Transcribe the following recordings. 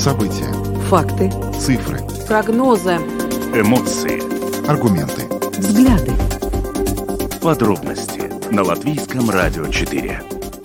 События. Факты. Цифры. Прогнозы. Эмоции. Аргументы. Взгляды. Подробности на Латвийском радио 4.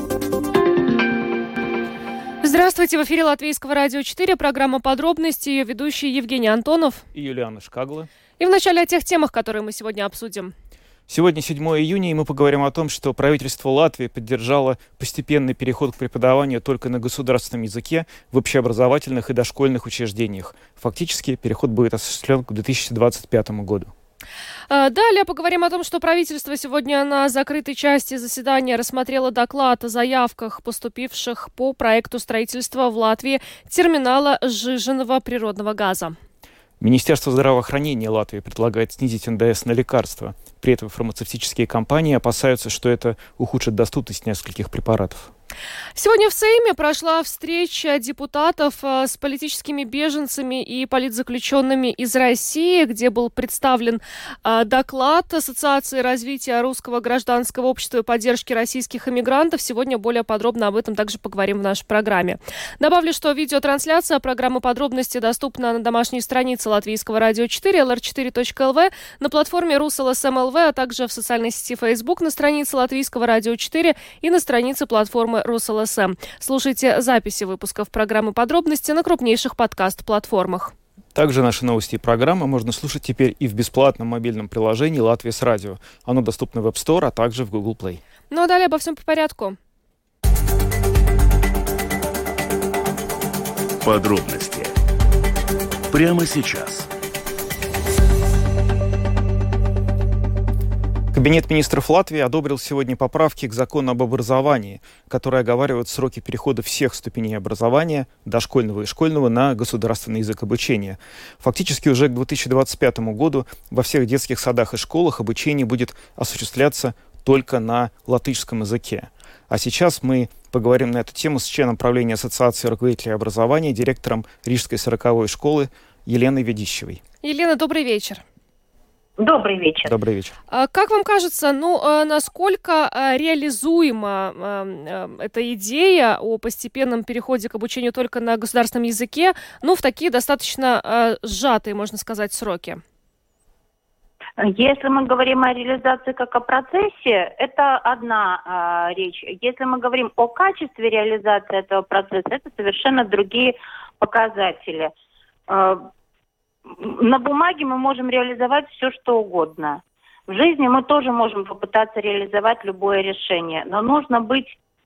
Здравствуйте, в эфире Латвийского радио 4, программа «Подробности», ее ведущие Евгений Антонов и Юлиана Шкагла. И в начале о тех темах, которые мы сегодня обсудим. Сегодня 7 июня, и мы поговорим о том, что правительство Латвии поддержало постепенный переход к преподаванию только на государственном языке в общеобразовательных и дошкольных учреждениях. Фактически, переход будет осуществлен к 2025 году. Далее поговорим о том, что правительство сегодня на закрытой части заседания рассмотрело доклад о заявках, поступивших по проекту строительства в Латвии терминала сжиженного природного газа. Министерство здравоохранения Латвии предлагает снизить НДС на лекарства. При этом фармацевтические компании опасаются, что это ухудшит доступность нескольких препаратов. Сегодня в Сейме прошла встреча депутатов с политическими беженцами и политзаключенными из России, где был представлен доклад Ассоциации развития русского гражданского общества и поддержки российских иммигрантов. Сегодня более подробно об этом также поговорим в нашей программе. Добавлю, что видеотрансляция программы «Подробности» доступна на домашней странице Латвийского радио 4, lr4.lv, на платформе RusLSM.lv, а также в социальной сети Facebook на странице Латвийского радио 4 и на странице платформы РусЛСМ. Слушайте записи выпусков программы «Подробности» на крупнейших подкаст-платформах. Также наши новости и программы можно слушать теперь и в бесплатном мобильном приложении «Латвия с радио». Оно доступно в App Store, а также в Google Play. Ну а далее обо всем по порядку. Подробности прямо сейчас. Кабинет министров Латвии одобрил сегодня поправки к закону об образовании, которые оговаривают сроки перехода всех ступеней образования, дошкольного и школьного, на государственный язык обучения. Фактически уже к 2025 году во всех детских садах и школах обучение будет осуществляться только на латышском языке. А сейчас мы поговорим на эту тему с членом правления Ассоциации руководителей образования, директором Рижской 40-й школы Еленой Ведищевой. Елена, добрый вечер. Добрый вечер. Добрый вечер. Как вам кажется, насколько реализуема эта идея о постепенном переходе к обучению только на государственном языке, в такие достаточно сжатые, можно сказать, сроки? Если мы говорим о реализации как о процессе, это одна речь. Если мы говорим о качестве реализации этого процесса, это совершенно другие показатели. На бумаге мы можем реализовать все, что угодно. В жизни мы тоже можем попытаться реализовать любое решение. Но нужно быть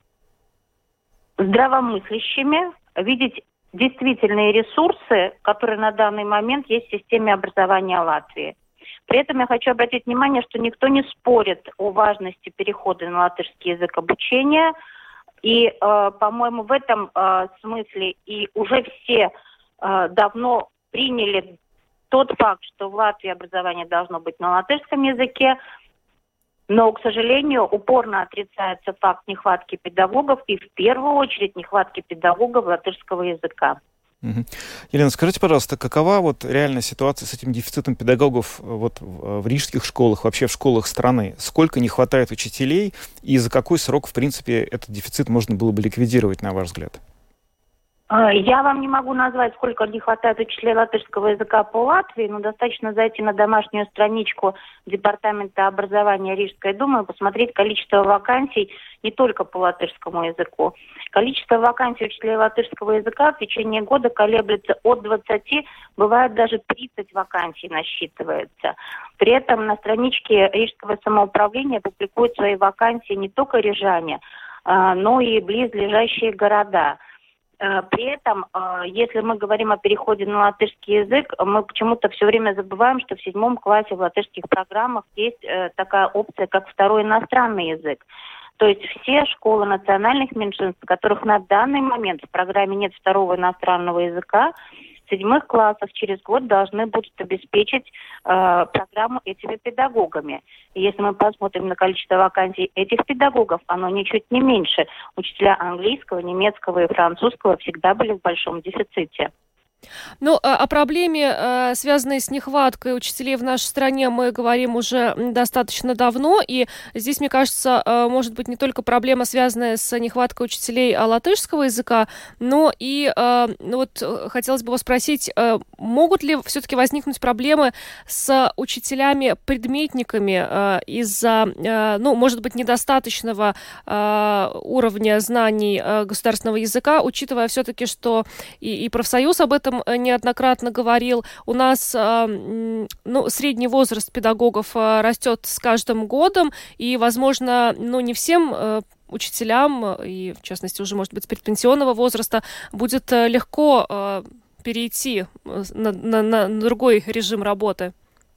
здравомыслящими, видеть действительные ресурсы, которые на данный момент есть в системе образования Латвии. При этом я хочу обратить внимание, что никто не спорит о важности перехода на латышский язык обучения. И, по-моему, в этом смысле и уже все давно приняли тот факт, что в Латвии образование должно быть на латышском языке, но, к сожалению, упорно отрицается факт нехватки педагогов и, в первую очередь, нехватки педагогов латышского языка. Елена, скажите, пожалуйста, какова реальная ситуация с этим дефицитом педагогов в рижских школах, вообще в школах страны? Сколько не хватает учителей и за какой срок, в принципе, этот дефицит можно было бы ликвидировать, на ваш взгляд? Я вам не могу назвать, сколько не хватает учителей латышского языка по Латвии, но достаточно зайти на домашнюю страничку Департамента образования Рижской думы и посмотреть количество вакансий не только по латышскому языку. Количество вакансий учителей латышского языка в течение года колеблется от 20, бывает даже 30 вакансий насчитывается. При этом на страничке Рижского самоуправления публикуют свои вакансии не только рижане, но и близлежащие города. При этом, если мы говорим о переходе на латышский язык, мы почему-то все время забываем, что в 7 классе в латышских программах есть такая опция, как второй иностранный язык. То есть все школы национальных меньшинств, в которых на данный момент в программе нет второго иностранного языка, в 7 классах через год должны будут обеспечить программу этими педагогами. И если мы посмотрим на количество вакансий этих педагогов, оно ничуть не меньше. Учителя английского, немецкого и французского всегда были в большом дефиците. Ну, о проблеме, связанной с нехваткой учителей в нашей стране, мы говорим уже достаточно давно, и здесь, мне кажется, может быть не только проблема, связанная с нехваткой учителей латышского языка, но и хотелось бы вас спросить, могут ли все-таки возникнуть проблемы с учителями-предметниками из-за, может быть, недостаточного уровня знаний государственного языка, учитывая все-таки, что и профсоюз об этом неоднократно говорил. У нас средний возраст педагогов растет с каждым годом, и, возможно, не всем учителям, и, в частности, уже, может быть, с предпенсионного возраста, будет легко перейти на другой режим работы.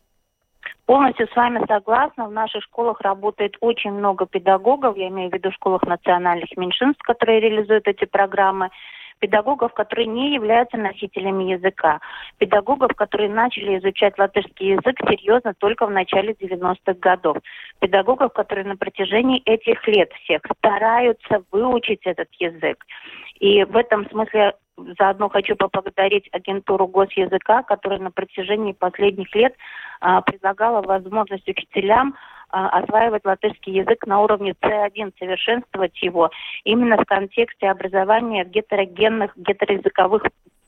Полностью с вами согласна. В наших школах работает очень много педагогов, я имею в виду в школах национальных меньшинств, которые реализуют эти программы, педагогов, которые не являются носителями языка, педагогов, которые начали изучать латышский язык серьезно только в начале 90-х годов, педагогов, которые на протяжении этих лет всех стараются выучить этот язык. И в этом смысле заодно хочу поблагодарить агентуру госязыка, которая на протяжении последних лет предлагала возможность учителям осваивать латышский язык на уровне C1, совершенствовать его именно в контексте образования в гетерогенных, гетероязыковых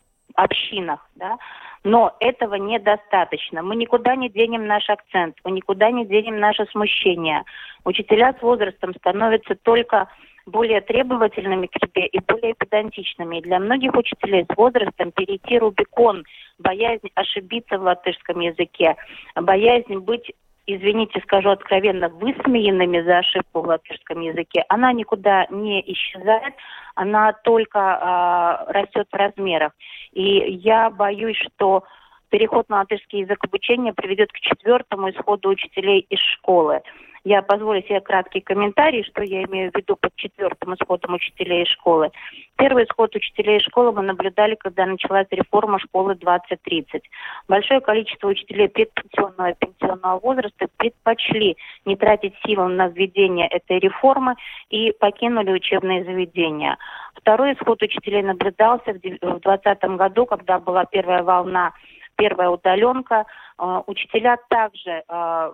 общинах. Да? Но этого недостаточно. Мы никуда не денем наш акцент, мы никуда не денем наше смущение. Учителя с возрастом становятся только более требовательными к себе и более педантичными. И для многих учителей с возрастом перейти Рубикон, боязнь ошибиться в латышском языке, боязнь быть, извините, скажу откровенно, высмеянными за ошибку в латышском языке, она никуда не исчезает, она только растет в размерах. И я боюсь, что переход на латышский язык обучения приведет к 4-му исходу учителей из школы. Я позволю себе краткий комментарий, что я имею в виду под 4-м исходом учителей из школы. Первый исход учителей из школы мы наблюдали, когда началась реформа школы 2030. Большое количество учителей предпенсионного и пенсионного возраста предпочли не тратить силы на введение этой реформы и покинули учебные заведения. Второй исход учителей наблюдался в 2020 году, когда была первая волна, первая удаленка. Учителя также,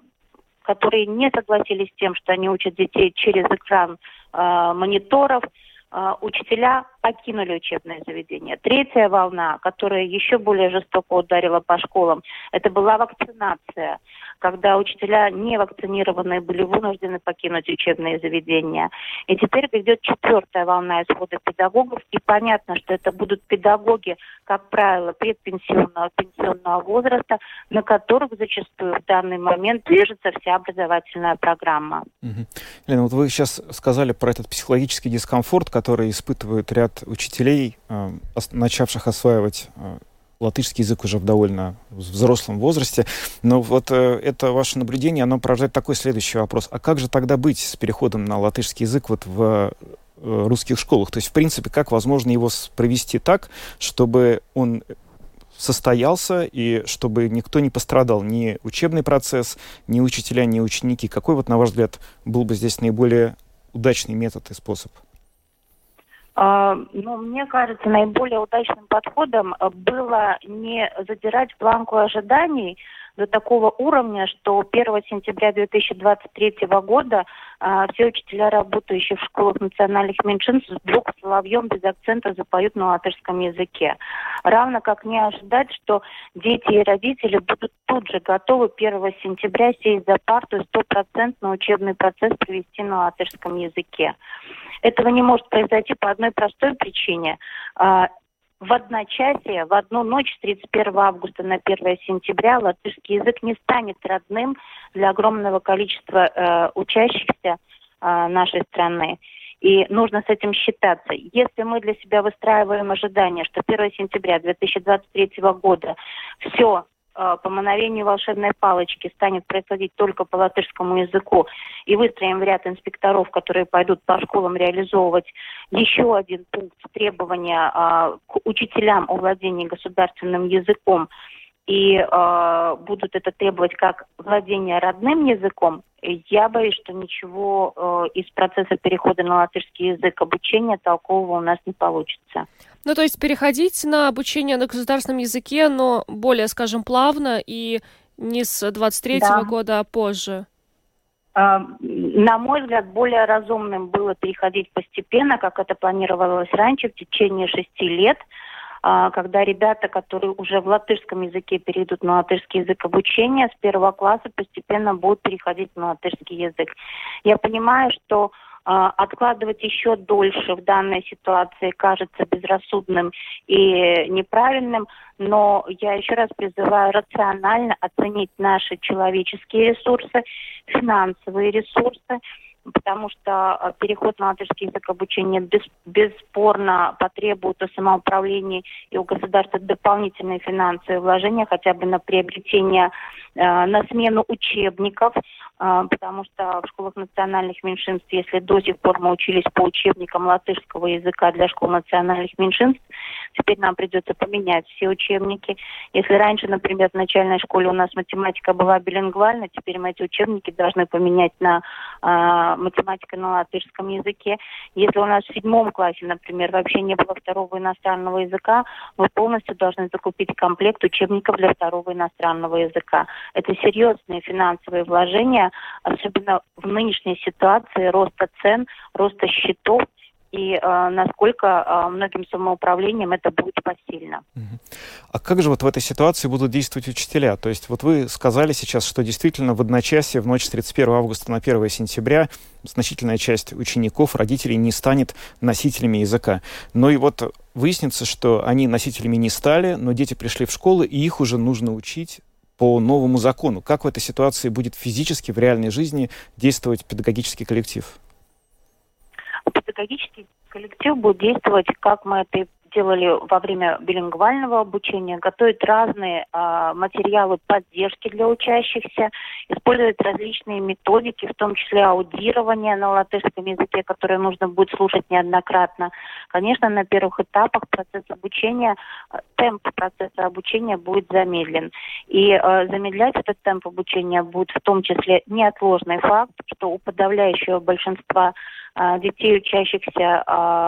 которые не согласились с тем, что они учат детей через экран мониторов, учителя покинули учебное заведение. Третья волна, которая еще более жестоко ударила по школам, это была вакцинация, когда учителя не вакцинированные были вынуждены покинуть учебные заведения. И теперь идет 4-я волна исхода педагогов, и понятно, что это будут педагоги, как правило, предпенсионного, пенсионного возраста, на которых зачастую в данный момент держится вся образовательная программа. Лена, вот вы сейчас сказали про этот психологический дискомфорт, который испытывает ряд учителей, начавших осваивать латышский язык уже в довольно взрослом возрасте. Но вот это ваше наблюдение, оно порождает такой следующий вопрос. А как же тогда быть с переходом на латышский язык вот в русских школах? То есть, в принципе, как возможно его провести так, чтобы он состоялся и чтобы никто не пострадал, ни учебный процесс, ни учителя, ни ученики? Какой, вот, на ваш взгляд, был бы здесь наиболее удачный метод и способ? Мне кажется, наиболее удачным подходом было не задирать планку ожиданий до такого уровня, что 1 сентября 2023 года все учителя, работающие в школах национальных меньшинств, вдруг соловьем без акцента запоют на латышском языке. Равно как не ожидать, что дети и родители будут тут же готовы 1 сентября сесть за парту и 100% учебный процесс провести на латышском языке. Этого не может произойти по одной простой причине. В одночасье, в одну ночь с 31 августа на 1 сентября латышский язык не станет родным для огромного количества учащихся нашей страны. И нужно с этим считаться. Если мы для себя выстраиваем ожидание, что 1 сентября 2023 года все по мановению волшебной палочки станет происходить только по латышскому языку, и выстроим в ряд инспекторов, которые пойдут по школам реализовывать еще один пункт требования к учителям о владении государственным языком, и будут это требовать как владение родным языком, я боюсь, что ничего из процесса перехода на латышский язык обучения толкового у нас не получится. Ну, то есть переходить на обучение на государственном языке, но более, скажем, плавно и не с 23-го года, а позже. На мой взгляд, более разумным было переходить постепенно, как это планировалось раньше, в течение 6 лет, когда ребята, которые уже в латышском языке перейдут на латышский язык обучения, с 1 класса постепенно будут переходить на латышский язык. Я понимаю, что откладывать еще дольше в данной ситуации кажется безрассудным и неправильным, но я еще раз призываю рационально оценить наши человеческие ресурсы, финансовые ресурсы, потому что переход на латышский язык обучения бесспорно потребует у самоуправления и у государства дополнительные финансовые вложения, хотя бы на приобретение, на смену учебников, потому что в школах национальных меньшинств, если до сих пор мы учились по учебникам латышского языка для школ национальных меньшинств, теперь нам придется поменять все учебники. Если раньше, например, в начальной школе у нас математика была билингвальна, теперь мы эти учебники должны поменять на математика на латышском языке. Если у нас в 7 классе, например, вообще не было второго иностранного языка, мы полностью должны закупить комплект учебников для второго иностранного языка. Это серьезные финансовые вложения, особенно в нынешней ситуации роста цен, роста счетов, и насколько многим самоуправлением это будет посильно. А как же вот в этой ситуации будут действовать учителя? То есть вот вы сказали сейчас, что действительно в одночасье, в ночь с 31 августа на 1 сентября значительная часть учеников, родителей не станет носителями языка. Но и вот выяснится, что они носителями не стали, но дети пришли в школу, и их уже нужно учить по новому закону. Как в этой ситуации будет физически, в реальной жизни действовать педагогический коллектив? Педагогический коллектив будет действовать, как мы это делали во время билингвального обучения, готовить разные материалы поддержки для учащихся, использовать различные методики, в том числе аудирование на латышском языке, которое нужно будет слушать неоднократно. Конечно, на первых этапах темп процесса обучения будет замедлен. И замедлять этот темп обучения будет в том числе неотложный факт, что у подавляющего большинства детей, учащихся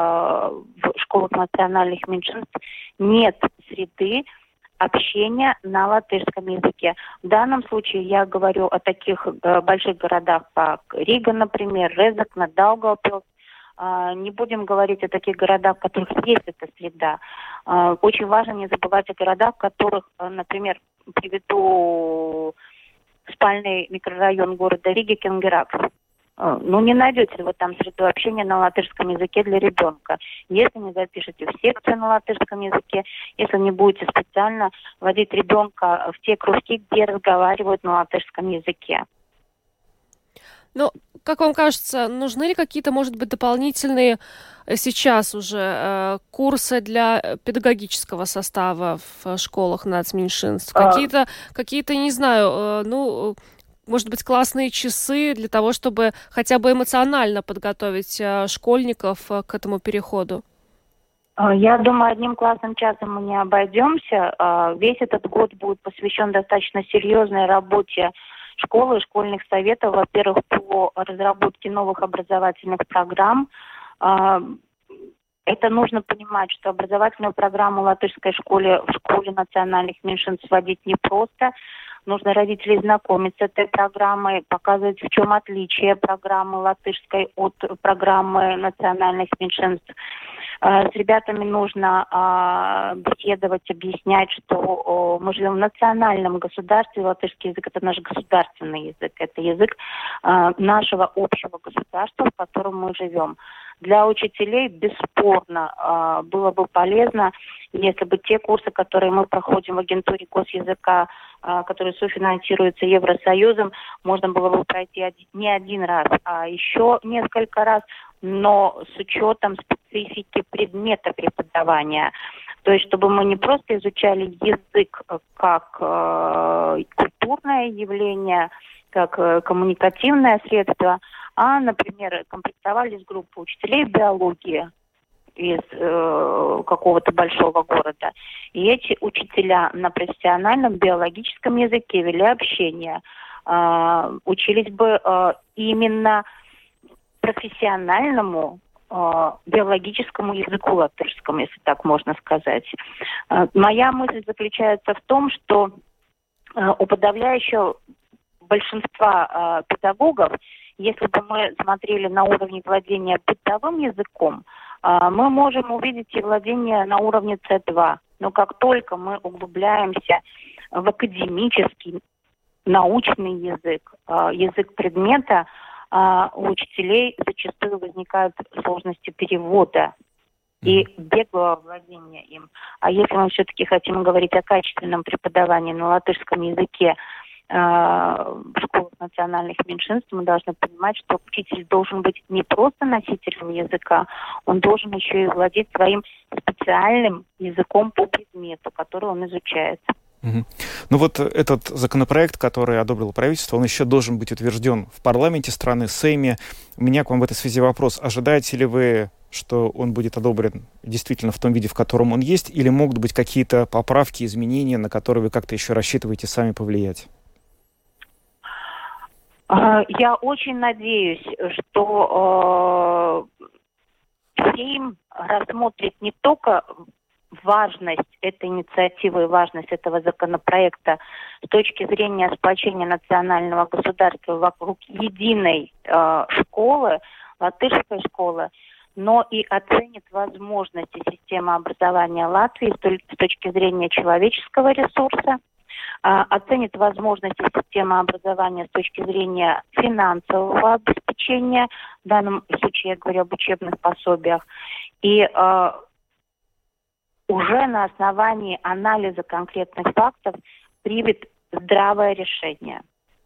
в школах национальных меньшинств, нет среды общения на латышском языке. В данном случае я говорю о таких больших городах, как Рига, например, Резекне, Даугавпилс. Не будем говорить о таких городах, в которых есть эта среда. Очень важно не забывать о городах, в которых, например, приведу спальный микрорайон города Риги, Кенгеракс. Не найдете вы там среду общения на латышском языке для ребенка. Если не запишете в секцию на латышском языке, если не будете специально водить ребенка в те кружки, где разговаривают на латышском языке. Ну, как вам кажется, нужны ли какие-то, может быть, дополнительные сейчас уже курсы для педагогического состава в школах нацменьшинств? Какие-то, не знаю, может быть, классные часы для того, чтобы хотя бы эмоционально подготовить школьников к этому переходу? Я думаю, одним классным часом мы не обойдемся. Весь этот год будет посвящен достаточно серьезной работе школы и школьных советов, во-первых, по разработке новых образовательных программ. Это нужно понимать, что образовательную программу в латышской школе, в школе национальных меньшинств вводить непросто. Нужно родителей знакомить с этой программой, показывать, в чем отличие программы латышской от программы национальных меньшинств. С ребятами нужно беседовать, объяснять, что мы живем в национальном государстве, латышский язык – это наш государственный язык, это язык нашего общего государства, в котором мы живем. Для учителей бесспорно было бы полезно, если бы те курсы, которые мы проходим в агентуре госязыка, которые софинансируются Евросоюзом, можно было бы пройти не один раз, а еще несколько раз, но с учетом специфики предмета преподавания. То есть, чтобы мы не просто изучали язык как культурное явление, как коммуникативное средство, а, например, комплектовались группы учителей биологии из какого-то большого города. И эти учителя на профессиональном биологическом языке вели общение, учились бы именно профессиональному биологическому языку латышскому, если так можно сказать. Моя мысль заключается в том, что у подавляющего большинства педагогов, если бы мы смотрели на уровне владения бытовым языком, мы можем увидеть и владение на уровне C2. Но как только мы углубляемся в академический, научный язык, язык предмета, у учителей зачастую возникают сложности перевода и беглого владения им. А если мы все-таки хотим говорить о качественном преподавании на латышском языке в школах национальных меньшинств, мы должны понимать, что учитель должен быть не просто носителем языка, он должен еще и владеть своим специальным языком по предмету, который он изучает. Ну вот этот законопроект, который одобрило правительство, он еще должен быть утвержден в парламенте страны, в Сейме. У меня к вам в этой связи вопрос. Ожидаете ли вы, что он будет одобрен действительно в том виде, в котором он есть, или могут быть какие-то поправки, изменения, на которые вы как-то еще рассчитываете сами повлиять? Я очень надеюсь, что Сейм рассмотрит не только важность этой инициативы и важность этого законопроекта с точки зрения сплочения национального государства вокруг единой школы, латышской школы, но и оценит возможности системы образования Латвии с точки зрения человеческого ресурса, оценит возможности системы образования с точки зрения финансового обеспечения, в данном случае я говорю об учебных пособиях, и уже на основании анализа конкретных фактов примет здравое решение.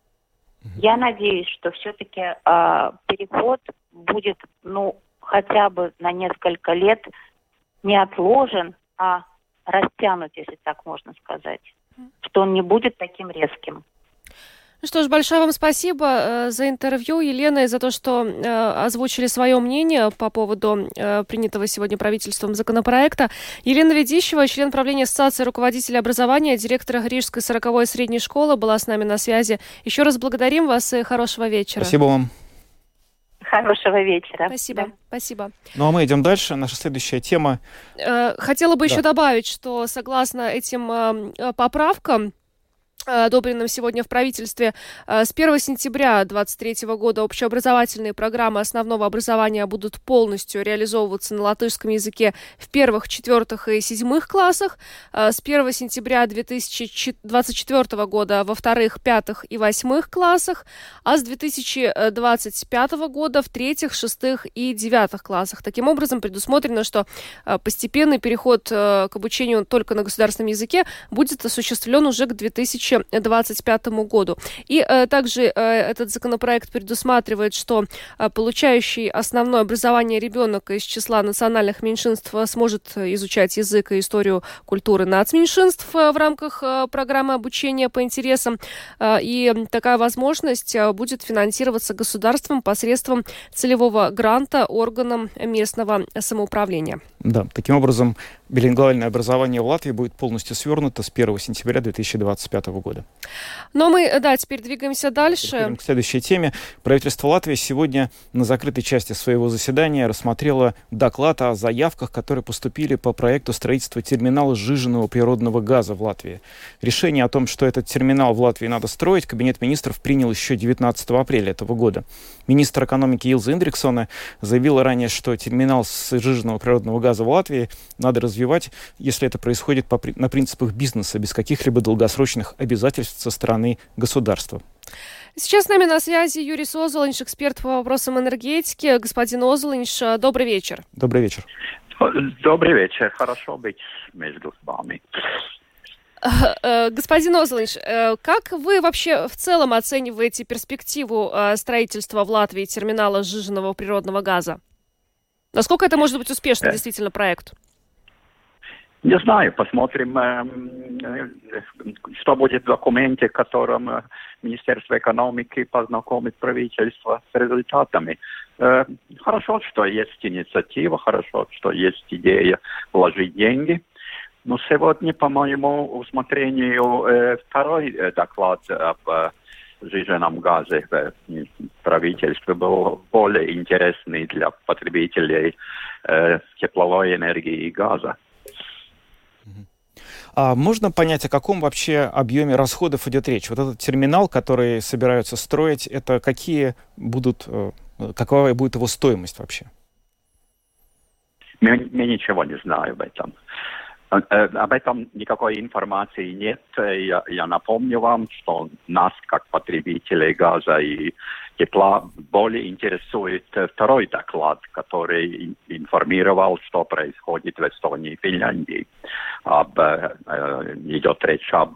Я надеюсь, что все-таки переход будет, хотя бы на несколько лет не отложен, а растянут, если так можно сказать, что он не будет таким резким. Ну что ж, большое вам спасибо за интервью, Елена, и за то, что озвучили свое мнение по поводу принятого сегодня правительством законопроекта. Елена Ведищева, член правления Ассоциации руководителей образования, директора Рижской 40-й средней школы, была с нами на связи. Еще раз благодарим вас и хорошего вечера. Спасибо вам. Хорошего вечера. Спасибо, да. Спасибо. Ну а мы идем дальше. Наша следующая тема. Хотела бы еще добавить, что согласно этим поправкам, одобренным сегодня в правительстве, с 1 сентября 2023 года общеобразовательные программы основного образования будут полностью реализовываться на латышском языке в 1, 4 и 7 классах, с 1 сентября 2024 года во 2, 5 и 8 классах, а с 2025 года в 3, 6 и 9 классах. Таким образом, предусмотрено, что постепенный переход к обучению только на государственном языке будет осуществлен уже к 2025 году. И также этот законопроект предусматривает, что получающий основное образование ребенок из числа национальных меньшинств сможет изучать язык и историю культуры нацменьшинств в рамках программы обучения по интересам. И такая возможность будет финансироваться государством посредством целевого гранта органам местного самоуправления. Да, таким образом, билингвальное образование в Латвии будет полностью свернуто с 1 сентября 2025 года. Но мы, теперь двигаемся дальше. Переходим к следующей теме. Правительство Латвии сегодня на закрытой части своего заседания рассмотрело доклад о заявках, которые поступили по проекту строительства терминала сжиженного природного газа в Латвии. Решение о том, что этот терминал в Латвии надо строить, Кабинет министров принял еще 19 апреля этого года. Министр экономики Илза Индриксона заявила ранее, что терминал сжиженного природного газа в Латвии надо развивать, если это происходит на принципах бизнеса, без каких-либо долгосрочных обязательств со стороны государства. Сейчас с нами на связи Юрий Озолинш, эксперт по вопросам энергетики. Господин Озолинш, добрый вечер. Добрый вечер. Добрый вечер. Хорошо быть между вами. Господин Озолинш, как вы вообще в целом оцениваете перспективу строительства в Латвии терминала сжиженного природного газа? Насколько это может быть успешный действительно проект? Не знаю, посмотрим, что будет в документе, которым Министерство экономики познакомит правительство с результатами. Хорошо, что есть инициатива, хорошо, что есть идея вложить деньги. Но сегодня, по моему усмотрению, второй доклад об сжиженном газе в правительстве был более интересный для потребителей тепловой энергии и газа. А можно понять, о каком вообще объеме расходов идет речь? Вот этот терминал, который собираются строить, это какова будет его стоимость вообще? Я ничего не знаю об этом. Об этом никакой информации нет. Я напомню вам, что нас, как потребителей газа и тепла, более интересует второй доклад, который информировал, что происходит в Эстонии и Финляндии. Идет речь об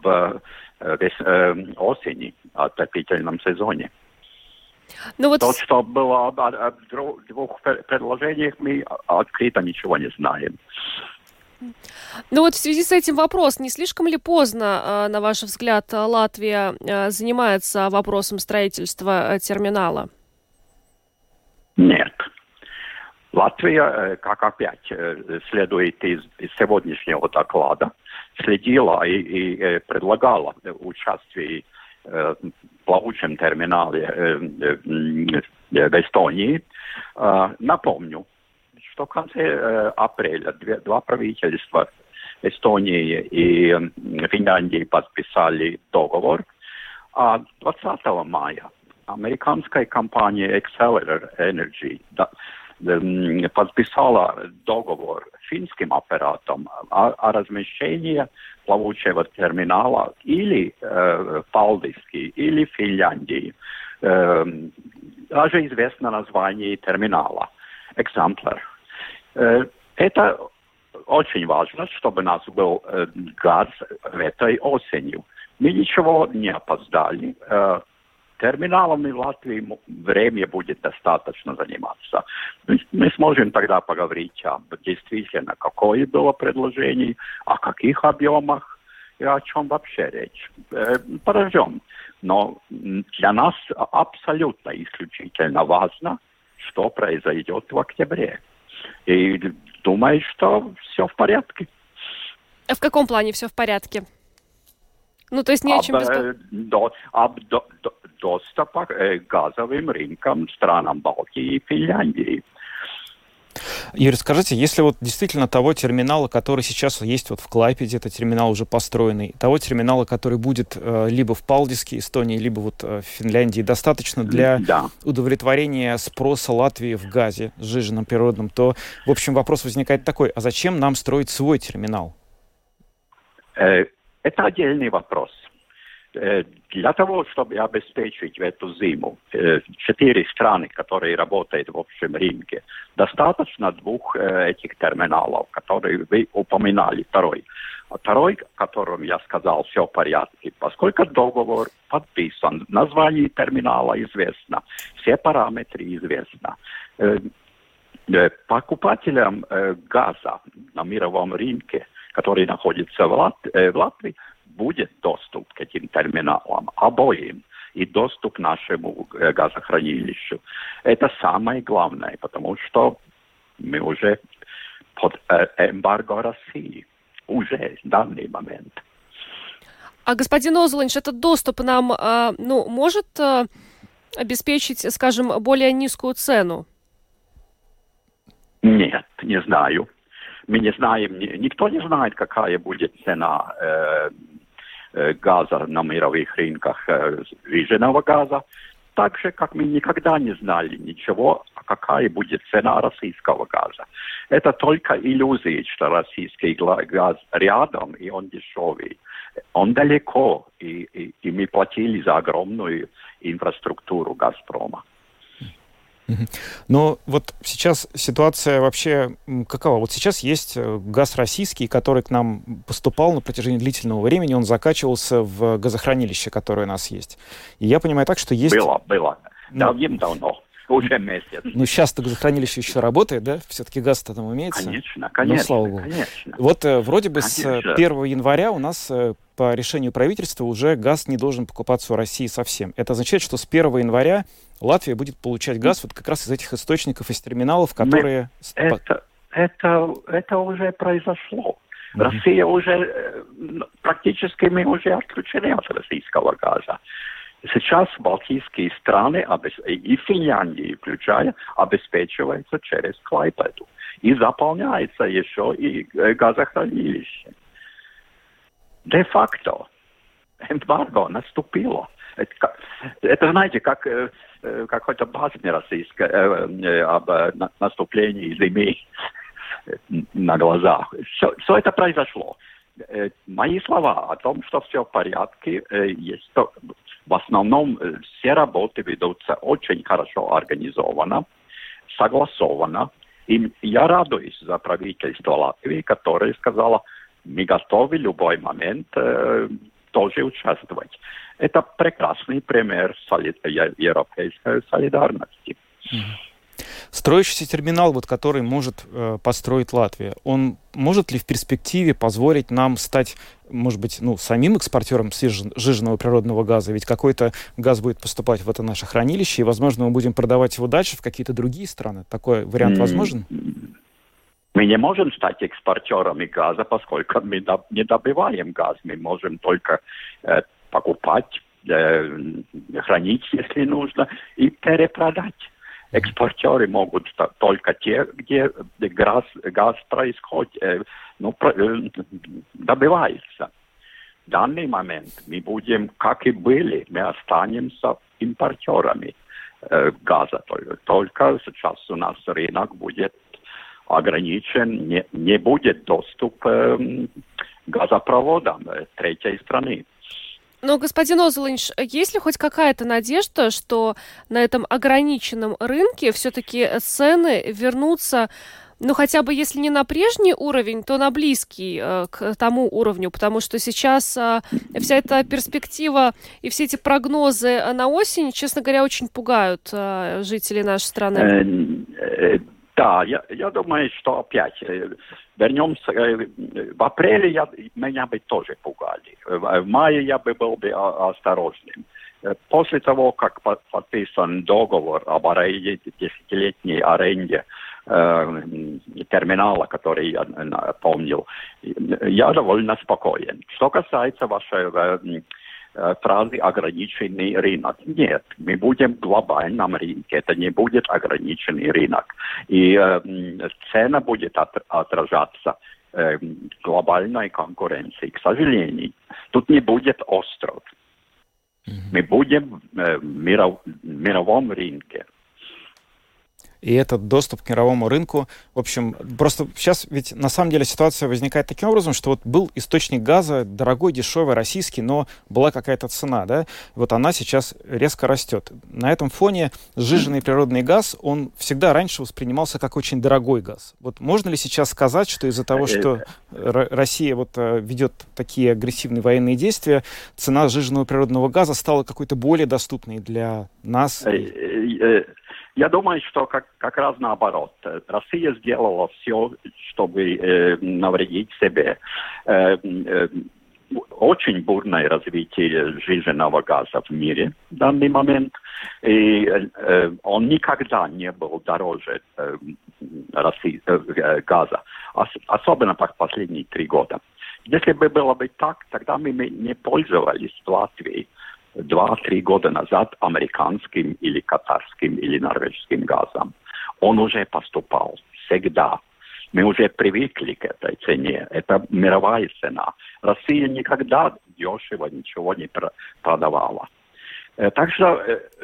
осени, отопительном сезоне. Ну, вот... То, что было о двух предложениях, мы открыто ничего не знаем. Ну вот в связи с этим вопрос, не слишком ли поздно, на ваш взгляд, Латвия занимается вопросом строительства терминала? Нет. Латвия, как опять следует из сегодняшнего доклада, следила и предлагала участие в плавучем терминале в Эстонии. Напомню, что в конце апреля два правительства Эстонии и Финляндии подписали договор, а 20 мая американская компания Accelerator Energy подписала договор с финским оператором о размещении плавучего терминала или в Палдиске, или в Финляндии. Даже известно название терминала «Экземпляр». Это очень важно, чтобы у нас был газ этой осенью. Мы ничего не опоздали. Терминалами в Латвии время будет достаточно заниматься. Мы сможем тогда поговорить об действительно, какое было предложение, о каких объемах и о чем вообще речь. Подождем. Но для нас абсолютно исключительно важно, что произойдет в октябре. И думаю, что все в порядке. А в каком плане все в порядке? Ну, то есть не о чем доступа к газовым рынкам странам Балтии и Финляндии. Юрий, скажите, если вот действительно того терминала, который сейчас есть вот в Клайпеде, это терминал уже построенный, того терминала, который будет либо в Палдиске, Эстонии, либо вот в Финляндии, достаточно для удовлетворения спроса Латвии в газе сжиженном природном, то, в общем, вопрос возникает такой, а зачем нам строить свой терминал? Это отдельный вопрос. Для того, чтобы обеспечить в эту зиму 4 страны, которые работают в общем рынке, достаточно 2 этих терминалов, которые вы упоминали, второй. А второй, о котором я сказал, все в порядке, поскольку договор подписан, название терминала известно, все параметры известны. Покупателям газа на мировом рынке, который находится в Латвии, будет доступ к этим терминалам, обоим, и доступ к нашему газохранилищу. Это самое главное, потому что мы уже под эмбарго России, уже в данный момент. А, господин Озолинш, этот доступ нам может обеспечить, скажем, более низкую цену? Нет, не знаю. Мы не знаем, никто не знает, какая будет цена газа на мировых рынках, сжиженного газа, так же, как мы никогда не знали ничего, какая будет цена российского газа. Это только иллюзия, что российский газ рядом, и он дешевый. Он далеко, и мы платили за огромную инфраструктуру «Газпрома». Но вот сейчас ситуация вообще какова? Вот сейчас есть газ российский, который к нам поступал на протяжении длительного времени, он закачивался в газохранилище, которое у нас есть. И я понимаю так, что есть... Было. Давным-давно. Уже месяц. Ну, сейчас-то газохранилище еще работает, да? Все-таки газ-то там имеется. Конечно, слава богу. Конечно. Вот вроде бы с 1 января у нас по решению правительства уже газ не должен покупаться у России совсем. Это означает, что с 1 января Латвия будет получать газ вот как раз из этих источников, из терминалов, которые... Это уже произошло. Россия уже, практически мы уже отключены от российского газа. Сейчас балтийские страны, и Финляндию включая, обеспечиваются через Клайпеду. И заполняется еще и газохранилище. Де-факто эмбарго наступило. Это знаете, как какой-то басня российская об наступлении зимы на глазах. Все это произошло. Мои слова о том, что все в порядке, есть в основном все работы ведутся очень хорошо организованно, согласованно. И я радуюсь за правительство Латвии, которое сказало, мы готовы в любой момент тоже участвовать. Это прекрасный пример европейской солидарности. Строящийся терминал, вот, который может построить Латвия, он может ли в перспективе позволить нам стать, может быть, самим экспортером сжиженного природного газа? Ведь какой-то газ будет поступать в это наше хранилище, и, возможно, мы будем продавать его дальше в какие-то другие страны. Такой вариант возможен? Мы не можем стать экспортерами газа, поскольку мы не добываем газ. Мы можем только покупать, хранить, если нужно, и перепродать. Экспортеры могут только те, где газ происходит, добывается. В данный момент мы будем, как и были, мы останемся импортерами газа. Только сейчас у нас рынок будет ограничен, не будет доступ к газопроводам третьей страны. Но, господин Озолинш, есть ли хоть какая-то надежда, что на этом ограниченном рынке все-таки цены вернутся, хотя бы если не на прежний уровень, то на близкий к тому уровню, потому что сейчас вся эта перспектива и все эти прогнозы на осень, честно говоря, очень пугают жителей нашей страны. Да, я думаю, что опять вернемся. В апреле меня бы тоже пугали. В мае я бы был осторожным. После того, как подписан договор об аренде, 10-летней аренде терминала, который я помнил, я довольно спокоен. Что касается вашей фразы «ограниченный рынок». Нет, мы будем в глобальном рынке. Это не будет ограниченный рынок. И цена будет отражаться глобальной конкуренции. К сожалению, тут не будет остров. Мы будем в мировом рынке. И этот доступ к мировому рынку, в общем, просто сейчас ведь на самом деле ситуация возникает таким образом, что вот был источник газа дорогой, дешевый, российский, но была какая-то цена, да, вот она сейчас резко растет. На этом фоне сжиженный природный газ, он всегда раньше воспринимался как очень дорогой газ. Вот можно ли сейчас сказать, что из-за того, что Россия вот ведет такие агрессивные военные действия, цена сжиженного природного газа стала какой-то более доступной для нас? Я думаю, что как раз наоборот. Россия сделала все, чтобы навредить себе. Очень бурное развитие сжиженного газа в мире в данный момент. И он никогда не был дороже газа. Особенно в последние 3 года. Если бы было бы так, тогда мы не пользовались в Латвии 2-3 года назад американским или катарским или норвежским газом. Он уже поступал всегда. Мы уже привыкли к этой цене. Это мировая цена. Россия никогда дешево ничего не продавала. Так что,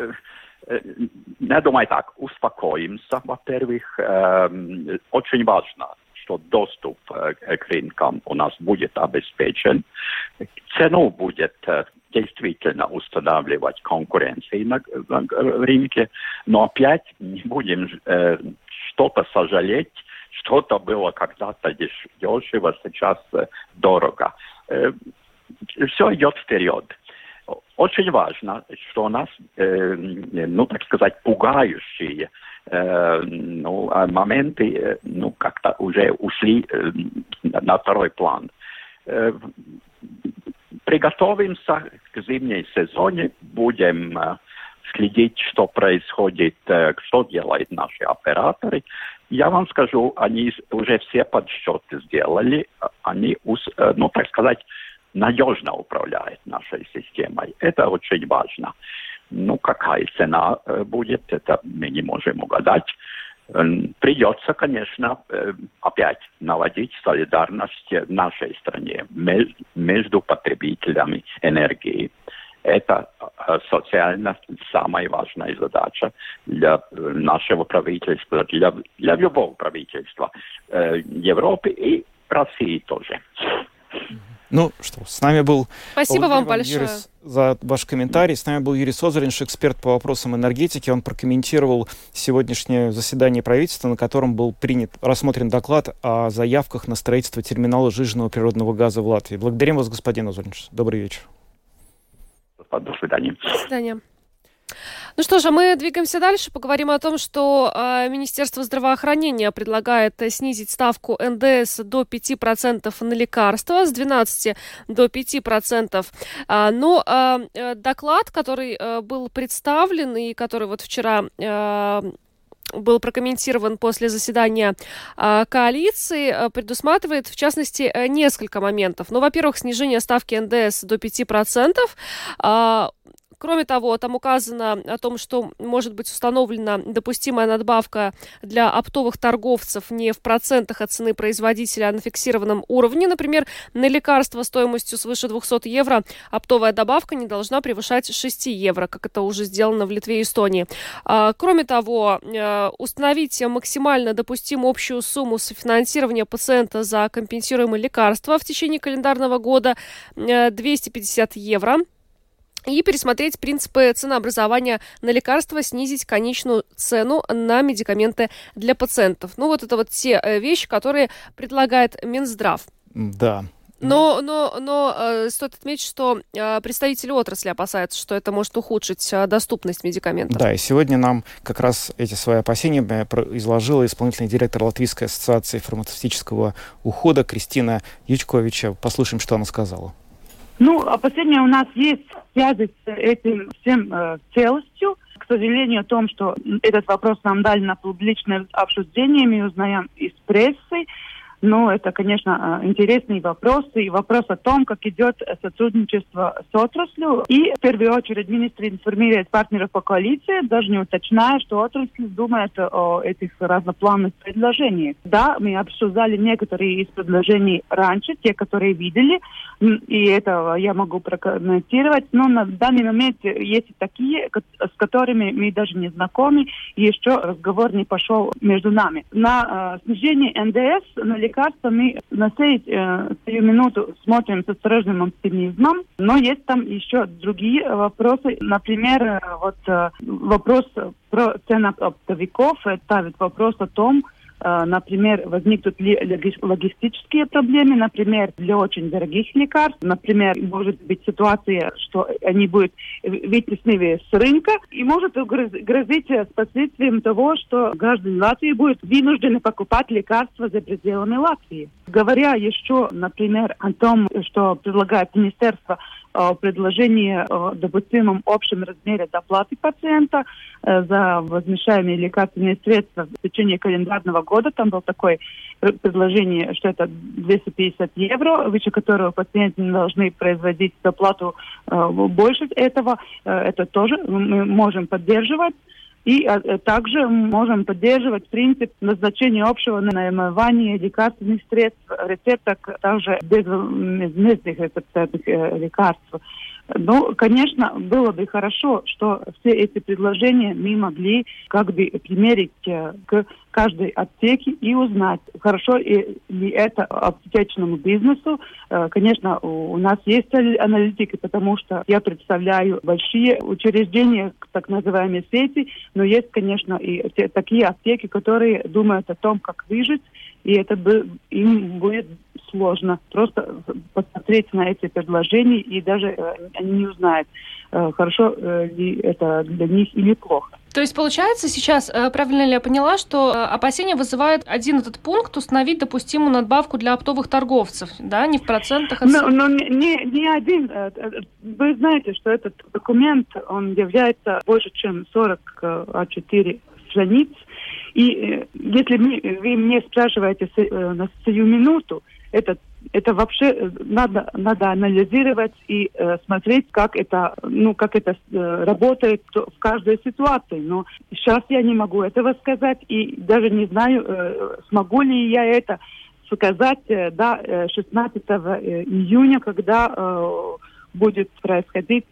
я думаю так, успокоимся, во-первых. Очень важно, что доступ к рынкам у нас будет обеспечен. Цену будет действительно устанавливать конкуренции на рынке, но опять не будем что-то сожалеть, что-то было когда-то дешево, сейчас дорого. Все идет вперед. Очень важно, что у нас, так сказать, пугающие моменты, как-то уже ушли на второй план. Приготовимся к зимней сезоне, будем следить, что происходит, что делают наши операторы. Я вам скажу, они уже все подсчеты сделали, они, так сказать, надежно управляют нашей системой. Это очень важно. Какая цена будет, это мы не можем угадать. Придется, конечно, опять наводить солидарность в нашей стране между потребителями энергии. Это социально самая важная задача для нашего правительства, для любого правительства Европы и России тоже. С нами был... Спасибо вам большое за ваш комментарий. С нами был Юрий Созаринш, эксперт по вопросам энергетики. Он прокомментировал сегодняшнее заседание правительства, на котором был рассмотрен доклад о заявках на строительство терминала сжиженного природного газа в Латвии. Благодарим вас, господин Созаринш. Добрый вечер. До свидания. До свидания. Ну что ж, а мы двигаемся дальше. Поговорим о том, что Министерство здравоохранения предлагает снизить ставку НДС до 5% на лекарства, с 12% до 5%. Но доклад, который был представлен и который вот вчера был прокомментирован после заседания коалиции, предусматривает, в частности, несколько моментов. Во-первых, снижение ставки НДС до 5%. Кроме того, там указано о том, что может быть установлена допустимая надбавка для оптовых торговцев не в процентах от цены производителя, а на фиксированном уровне. Например, на лекарства стоимостью свыше 200 евро оптовая добавка не должна превышать 6 евро, как это уже сделано в Литве и Эстонии. Кроме того, установить максимально допустимую общую сумму софинансирования пациента за компенсируемые лекарства в течение календарного года 250 евро. И пересмотреть принципы ценообразования на лекарства, снизить конечную цену на медикаменты для пациентов. Это те вещи, которые предлагает Минздрав. Да. Но стоит отметить, что представители отрасли опасаются, что это может ухудшить доступность медикаментов. Да, и сегодня нам как раз эти свои опасения изложила исполнительный директор Латвийской ассоциации фармацевтического ухода Кристина Ячковича. Послушаем, что она сказала. Опасения у нас есть в связи с этим всем целостью. К сожалению, о том, что этот вопрос нам дали на публичное обсуждение, мы узнаем из прессы. Это, конечно, интересный вопрос. И вопрос о том, как идет сотрудничество с отраслью. И, в первую очередь, министр информирует партнеров по коалиции, даже не уточняя, что отрасль думает о этих разноплановых предложениях. Да, мы обсуждали некоторые из предложений раньше, те, которые видели. И это я могу прокомментировать. Но на данный момент есть и такие, с которыми мы даже не знакомы. И еще разговор не пошел между нами. На снижение НДС, на лекарства мы на сию минуту смотрим с осторожным оптимизмом, но есть там еще другие вопросы. Например, вопрос про цены оптовиков ставит вопрос о том, например, возникнут ли логистические проблемы, например, для очень дорогих лекарств. Например, может быть ситуация, что они будут вытеснены с рынка, и может грозить с последствием того, что граждане Латвии будут вынуждены покупать лекарства за пределами Латвии. Говоря еще, например, о том, что предлагает министерство, предложение о допустимом общем размере доплаты пациента за возмещаемые лекарственные средства в течение календарного года. Там было такое предложение, что это 250 евро, выше которого пациенты не должны производить доплату больше этого. Это тоже мы можем поддерживать. И также можем поддерживать принцип назначения общего наименования лекарственных средств, рецепток, также безвозмездных рецептных лекарств. Конечно, было бы хорошо, что все эти предложения мы могли примерить к каждой аптеке и узнать, хорошо ли это аптечному бизнесу. Конечно, у нас есть аналитики, потому что я представляю большие учреждения, так называемые сети, но есть, конечно, и такие аптеки, которые думают о том, как выжить, и это им будет сложно просто посмотреть на эти предложения, и даже они не узнают, хорошо ли это для них или плохо. То есть, получается, сейчас, правильно ли я поняла, что опасения вызывает один этот пункт установить допустимую надбавку для оптовых торговцев, да, не в процентах? Но не один. Вы знаете, что этот документ, он является больше, чем 44 страниц. И если вы мне спрашиваете на сию минуту, это вообще надо анализировать и смотреть, как это работает в каждой ситуации. Но сейчас я не могу этого сказать и даже не знаю, смогу ли я это сказать до 16 июня, когда будет происходить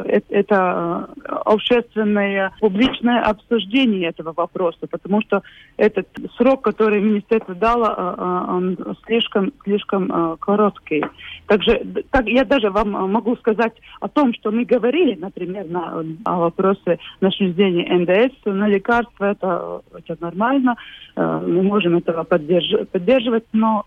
это общественное публичное обсуждение этого вопроса, потому что этот срок, который министерство дало, он слишком короткий. Так я даже вам могу сказать о том, что мы говорили, например, о вопросе начисления НДС на лекарства, это нормально, мы можем этого поддержать, но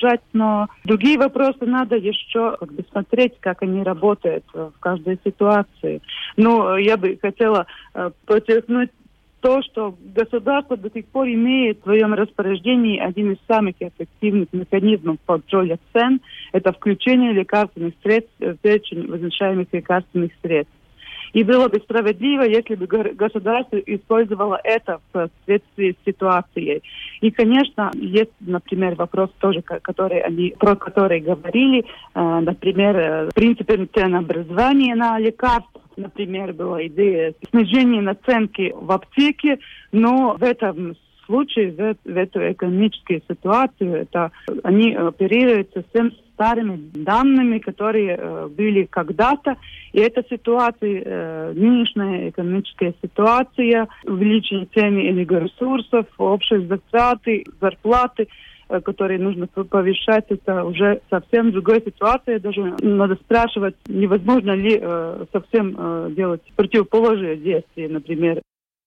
другие вопросы надо еще смотреть, как они работают в каждой ситуации. Но я бы хотела подчеркнуть то, что государство до сих пор имеет в своем распоряжении один из самых эффективных механизмов контроля цен. Это включение лекарственных средств в перечень возвращаемых лекарственных средств. И было бы справедливо, если бы государство использовало это в соответствии с ситуацией. И, конечно, есть, например, вопрос тоже, про который говорили, например, принципы ценообразования на лекарства. Например, была идея снижения наценки в аптеке, но в этом случае, в эту экономическую ситуацию, они оперируют совсем старыми данными, которые были когда-то. И эта ситуация, нынешняя экономическая ситуация, увеличение цен энергоресурсов, общие затраты, зарплаты, которые нужно повышать, это уже совсем другая ситуация. Даже надо спрашивать, невозможно ли совсем делать противоположные действия, например.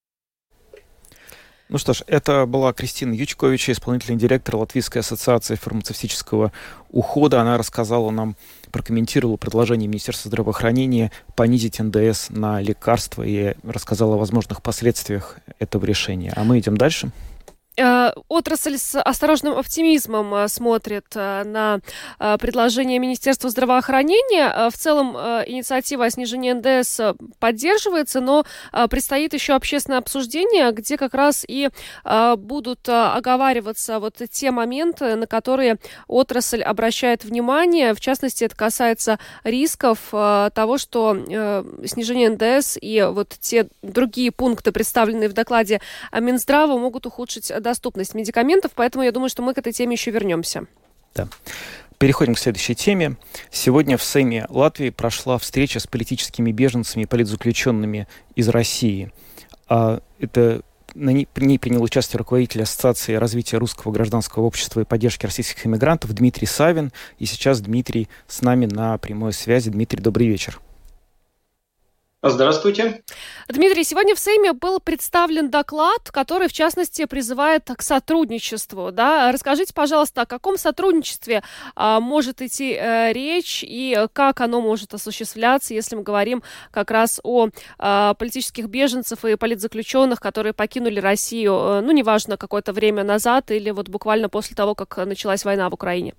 Ну что ж, это была Кристина Ючкович, исполнительный директор Латвийской ассоциации фармацевтического ухода. Она рассказала нам, прокомментировала предложение Министерства здравоохранения понизить НДС на лекарства и рассказала о возможных последствиях этого решения. А мы идем дальше. Отрасль с осторожным оптимизмом смотрит на предложение Министерства здравоохранения. В целом инициатива о снижении НДС поддерживается, но предстоит еще общественное обсуждение, где как раз и будут оговариваться вот те моменты, на которые отрасль обращает внимание. В частности, это касается рисков того, что снижение НДС и вот те другие пункты, представленные в докладе Минздрава, могут ухудшить доступность медикаментов, поэтому я думаю, что мы к этой теме еще вернемся. Да. Переходим к следующей теме. Сегодня в Сейме Латвии прошла встреча с политическими беженцами и политзаключенными из России. На ней принял участие руководитель Ассоциации развития русского гражданского общества и поддержки российских иммигрантов Дмитрий Савин. И сейчас Дмитрий с нами на прямой связи. Дмитрий, добрый вечер. Здравствуйте. Дмитрий, сегодня в Сейме был представлен доклад, который, в частности, призывает к сотрудничеству. Да? Расскажите, пожалуйста, о каком сотрудничестве может идти речь и как оно может осуществляться, если мы говорим как раз о политических беженцах и политзаключенных, которые покинули Россию, неважно, какое-то время назад или вот буквально после того, как началась война в Украине.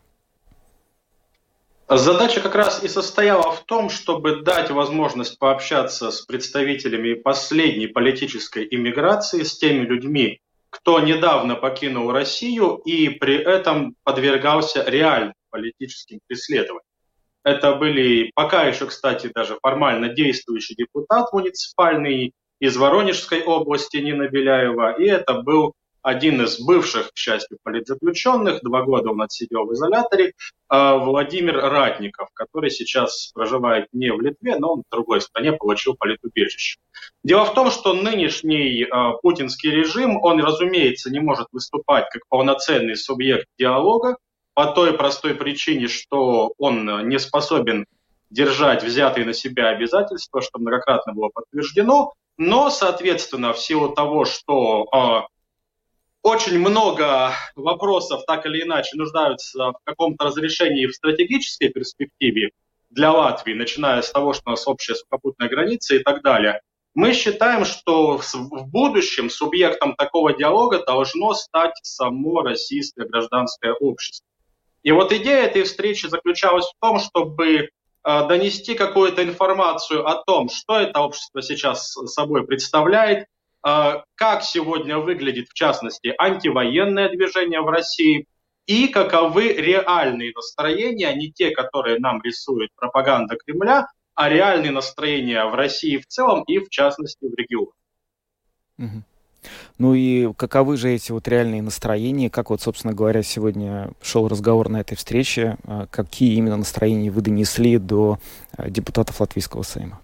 Задача как раз и состояла в том, чтобы дать возможность пообщаться с представителями последней политической иммиграции, с теми людьми, кто недавно покинул Россию и при этом подвергался реальным политическим преследованиям. Это были пока еще, кстати, даже формально действующий депутат муниципальный из Воронежской области Нина Беляева, и это был один из бывших, к счастью, политзаключенных, 2 года он отсидел в изоляторе, Владимир Ратников, который сейчас проживает не в Литве, но он в другой стране получил политубежище. Дело в том, что нынешний путинский режим, он, разумеется, не может выступать как полноценный субъект диалога по той простой причине, что он не способен держать взятые на себя обязательства, что многократно было подтверждено, но, соответственно, в силу того, что очень много вопросов так или иначе нуждаются в каком-то разрешении в стратегической перспективе для Латвии, начиная с того, что у нас общая сухопутная граница и так далее. Мы считаем, что в будущем субъектом такого диалога должно стать само российское гражданское общество. И вот идея этой встречи заключалась в том, чтобы донести какую-то информацию о том, что это общество сейчас собой представляет, как сегодня выглядит, в частности, антивоенное движение в России и каковы реальные настроения, не те, которые нам рисует пропаганда Кремля, а реальные настроения в России в целом и, в частности, в регионе. Угу. Ну и каковы же эти вот реальные настроения? Как вот, собственно говоря, сегодня шел разговор на этой встрече? Какие именно настроения вы донесли до депутатов Латвийского Сейма?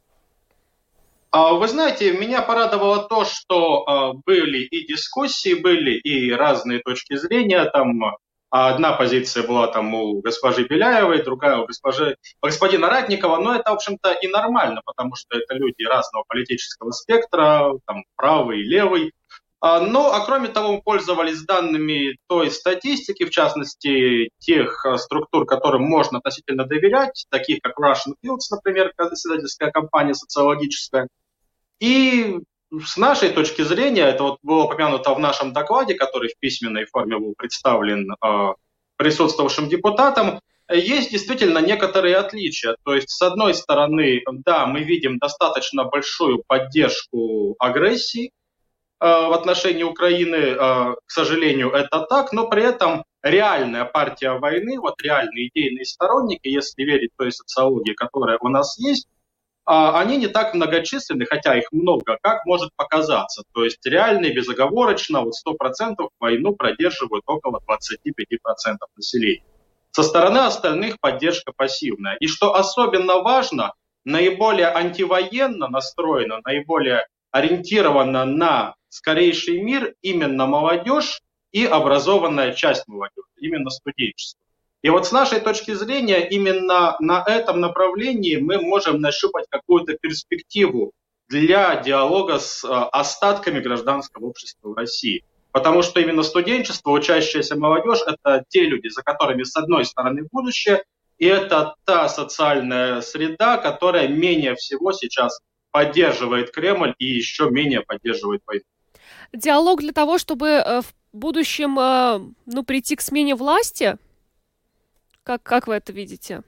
Вы знаете, меня порадовало то, что были и дискуссии, были и разные точки зрения. Там одна позиция была там у госпожи Беляевой, другая у господина Ратникова. Но это, в общем-то, и нормально, потому что это люди разного политического спектра, там правый и левый. А кроме того, мы пользовались данными той статистики, в частности, тех структур, которым можно относительно доверять, таких как Russian Fields, например, исследовательская компания социологическая. И с нашей точки зрения, это вот было упомянуто в нашем докладе, который в письменной форме был представлен присутствовавшим депутатам, есть действительно некоторые отличия. То есть, с одной стороны, да, мы видим достаточно большую поддержку агрессии в отношении Украины, к сожалению, это так, но при этом реальная партия войны, вот реальные идейные сторонники, если верить той социологии, которая у нас есть, они не так многочисленны, хотя их много, как может показаться. То есть реально, безоговорочно, вот 100% войну продерживают около 25% населения. Со стороны остальных поддержка пассивная. И что особенно важно, наиболее антивоенно настроена, наиболее ориентирована на скорейший мир именно молодежь и образованная часть молодежи, именно студенчество. И вот с нашей точки зрения именно на этом направлении мы можем нащупать какую-то перспективу для диалога с остатками гражданского общества в России. Потому что именно студенчество, учащаяся молодежь – это те люди, за которыми с одной стороны будущее, и это та социальная среда, которая менее всего сейчас поддерживает Кремль и еще менее поддерживает войну. Диалог для того, чтобы в будущем прийти к смене власти? Как вы это видите?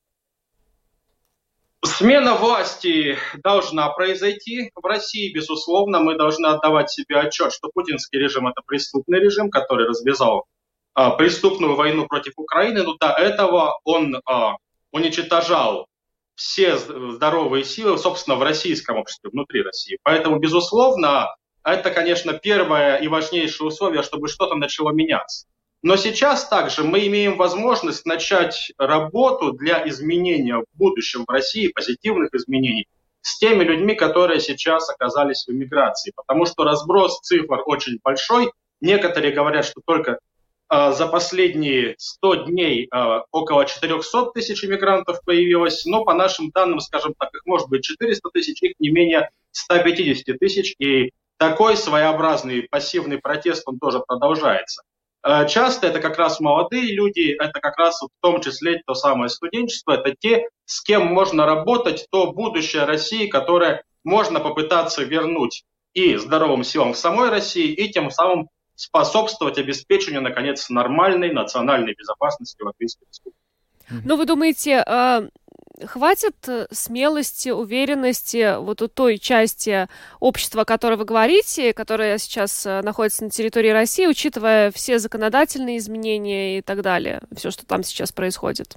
Смена власти должна произойти в России, безусловно. Мы должны отдавать себе отчет, что путинский режим – это преступный режим, который развязал преступную войну против Украины. Но до этого он уничтожал все здоровые силы, собственно, в российском обществе, внутри России. Поэтому, безусловно, это, конечно, первое и важнейшее условие, чтобы что-то начало меняться. Но сейчас также мы имеем возможность начать работу для изменения в будущем в России, позитивных изменений, с теми людьми, которые сейчас оказались в эмиграции. Потому что разброс цифр очень большой. Некоторые говорят, что только за последние 100 дней около 400 тысяч иммигрантов появилось. Но по нашим данным, скажем так, их может быть 400 тысяч, их не менее 150 тысяч. И такой своеобразный пассивный протест, он тоже продолжается. Часто это как раз молодые люди, это как раз в том числе то самое студенчество, это те, с кем можно работать, то будущее России, которое можно попытаться вернуть и здоровым силам в самой России, и тем самым способствовать обеспечению, наконец, нормальной национальной безопасности Латвийской Республики. Ну, вы думаете, хватит смелости, уверенности вот у той части общества, о которой вы говорите, которая сейчас находится на территории России, учитывая все законодательные изменения и так далее, все, что там сейчас происходит?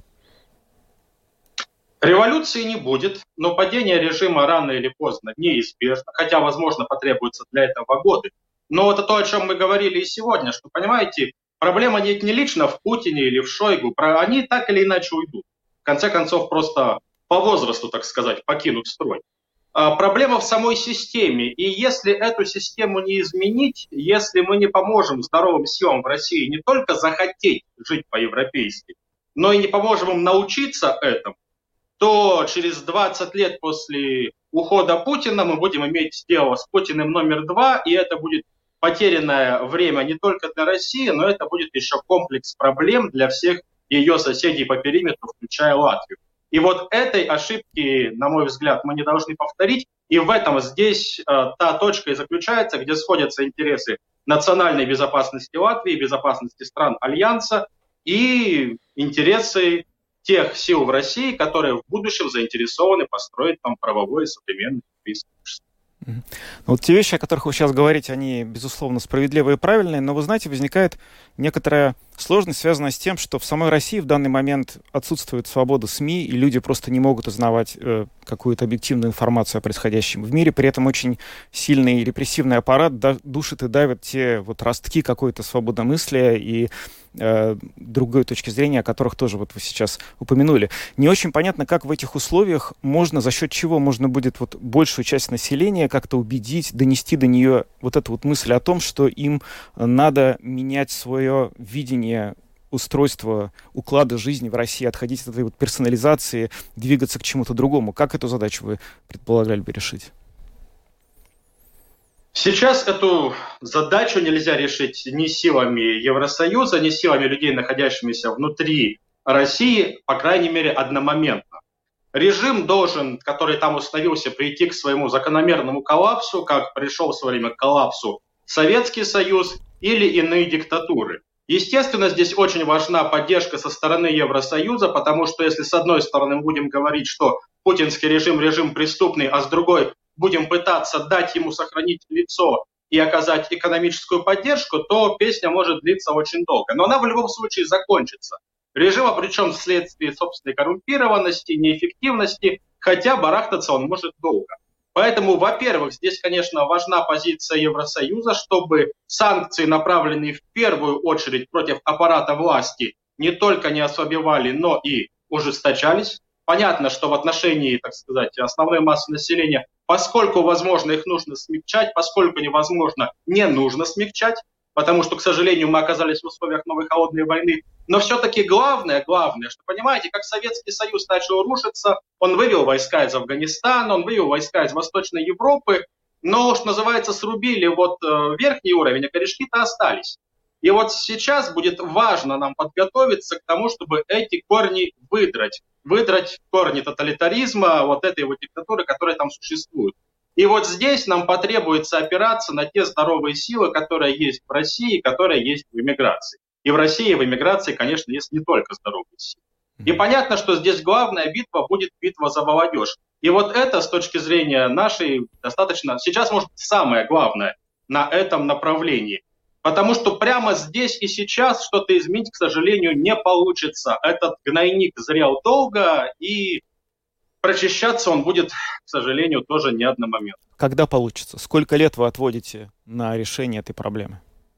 Революции не будет, но падение режима рано или поздно неизбежно, хотя, возможно, потребуется для этого годы. Но это то, о чем мы говорили и сегодня, что, понимаете, проблема не лично в Путине или в Шойгу, они так или иначе уйдут. В конце концов, просто по возрасту, так сказать, покинут строй. Проблема в самой системе. И если эту систему не изменить, если мы не поможем здоровым силам в России не только захотеть жить по-европейски, но и не поможем им научиться этому, то через 20 лет после ухода Путина мы будем иметь дело с Путиным номер 2, и это будет потерянное время не только для России, но это будет еще комплекс проблем для всех ее соседей по периметру, включая Латвию. И вот этой ошибки, на мой взгляд, мы не должны повторить. И в этом здесь та точка и заключается, где сходятся интересы национальной безопасности Латвии, безопасности стран Альянса и интересы тех сил в России, которые в будущем заинтересованы построить там правовое современное европейское общество. Вот те вещи, о которых вы сейчас говорите, они, безусловно, справедливые и правильные, но, вы знаете, возникает некоторая сложность, связанная с тем, что в самой России в данный момент отсутствует свобода СМИ, и люди просто не могут узнавать какую-то объективную информацию о происходящем в мире. При этом очень сильный репрессивный аппарат душит и давит те вот ростки какой-то свободомыслия и другой точки зрения, о которых тоже вот вы сейчас упомянули. Не очень понятно, как в этих условиях можно, за счет чего можно будет вот большую часть населения как-то убедить, донести до нее вот эту вот мысль о том, что им надо менять свое видение устройства, уклада жизни в России, отходить от этой вот персонализации, двигаться к чему-то другому. Как эту задачу вы предполагали бы решить? Сейчас эту задачу нельзя решить ни силами Евросоюза, ни силами людей, находящимися внутри России, по крайней мере, одномоментно. Режим должен, который там установился, прийти к своему закономерному коллапсу, как пришел в свое время к коллапсу Советский Союз или иные диктатуры. Естественно, здесь очень важна поддержка со стороны Евросоюза, потому что если с одной стороны мы будем говорить, что путинский режим преступный, а с другой будем пытаться дать ему сохранить лицо и оказать экономическую поддержку, то песня может длиться очень долго. Но она в любом случае закончится. Режим обречен вследствие собственной коррумпированности, неэффективности, хотя барахтаться он может долго. Поэтому, во-первых, здесь, конечно, важна позиция Евросоюза, чтобы санкции, направленные в первую очередь против аппарата власти, не только не ослабевали, но и ужесточались. Понятно, что в отношении, так сказать, основной массы населения, поскольку возможно их нужно смягчать, поскольку невозможно, не нужно смягчать, потому что, к сожалению, мы оказались в условиях новой холодной войны. Но все-таки главное, что, понимаете, как Советский Союз начал рушиться, он вывел войска из Афганистана, он вывел войска из Восточной Европы, но, что называется, срубили вот верхний уровень, а корешки-то остались. И вот сейчас будет важно нам подготовиться к тому, чтобы эти корни выдрать корни тоталитаризма, вот этой вот диктатуры, которая там существует. И вот здесь нам потребуется опираться на те здоровые силы, которые есть в России, которые есть в эмиграции. И в России, и в эмиграции, конечно, есть не только здоровые силы. И понятно, что здесь главная битва будет битва за молодежь. И вот это, с точки зрения нашей, достаточно, сейчас, может, самое главное на этом направлении. Потому что прямо здесь и сейчас что-то изменить, к сожалению, не получится. Этот гнойник зрел долго, и прочищаться он будет, к сожалению, тоже не одномоментно. Когда получится? Сколько лет вы отводите на решение этой проблемы?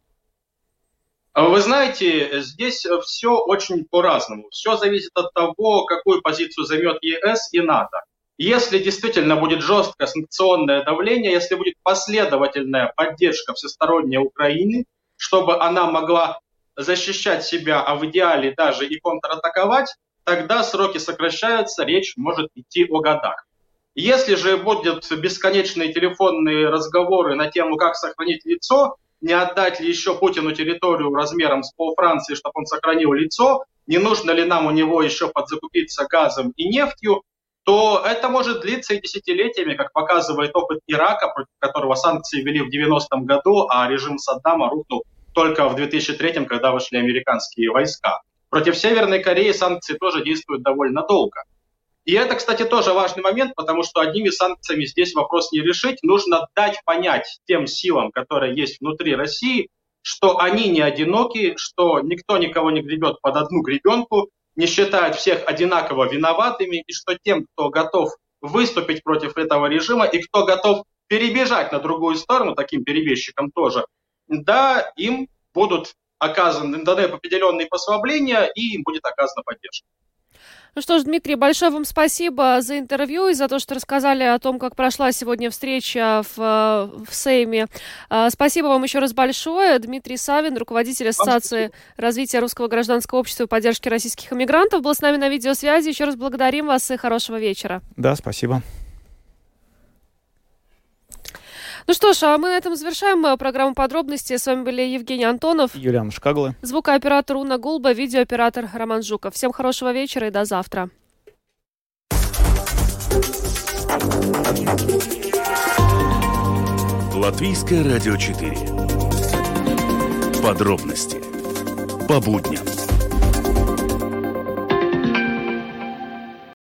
Вы знаете, здесь все очень по-разному. Все зависит от того, какую позицию займет ЕС и НАТО. Если действительно будет жесткое санкционное давление, если будет последовательная поддержка всесторонняя Украины, чтобы она могла защищать себя, а в идеале даже и контратаковать, тогда сроки сокращаются, речь может идти о годах. Если же будут бесконечные телефонные разговоры на тему, как сохранить лицо, не отдать ли еще Путину территорию размером с полфранции, чтобы он сохранил лицо, не нужно ли нам у него еще подзакупиться газом и нефтью, то это может длиться и десятилетиями, как показывает опыт Ирака, против которого санкции ввели в 90-м году, а режим Саддама рухнул только в 2003-м, когда вошли американские войска. Против Северной Кореи санкции тоже действуют довольно долго. И это, кстати, тоже важный момент, потому что одними санкциями здесь вопрос не решить. Нужно дать понять тем силам, которые есть внутри России, что они не одиноки, что никто никого не гребет под одну гребенку, не считает всех одинаково виноватыми, и что тем, кто готов выступить против этого режима и кто готов перебежать на другую сторону, таким перебежчикам тоже, да, им будут даны определенные послабления, и им будет оказана поддержка. Ну что ж, Дмитрий, большое вам спасибо за интервью и за то, что рассказали о том, как прошла сегодня встреча в Сейме. Спасибо вам еще раз большое. Дмитрий Савин, руководитель Ассоциации развития русского гражданского общества и поддержки российских иммигрантов, был с нами на видеосвязи. Еще раз благодарим вас и хорошего вечера. Да, спасибо. Ну что ж, а мы на этом завершаем программу «Подробности». С вами были Евгений Антонов, Юлиана Шкагла, звукооператор Уна Гулба, видеооператор Роман Жуков. Всем хорошего вечера и до завтра. Латвийское радио 4. Подробности по будням.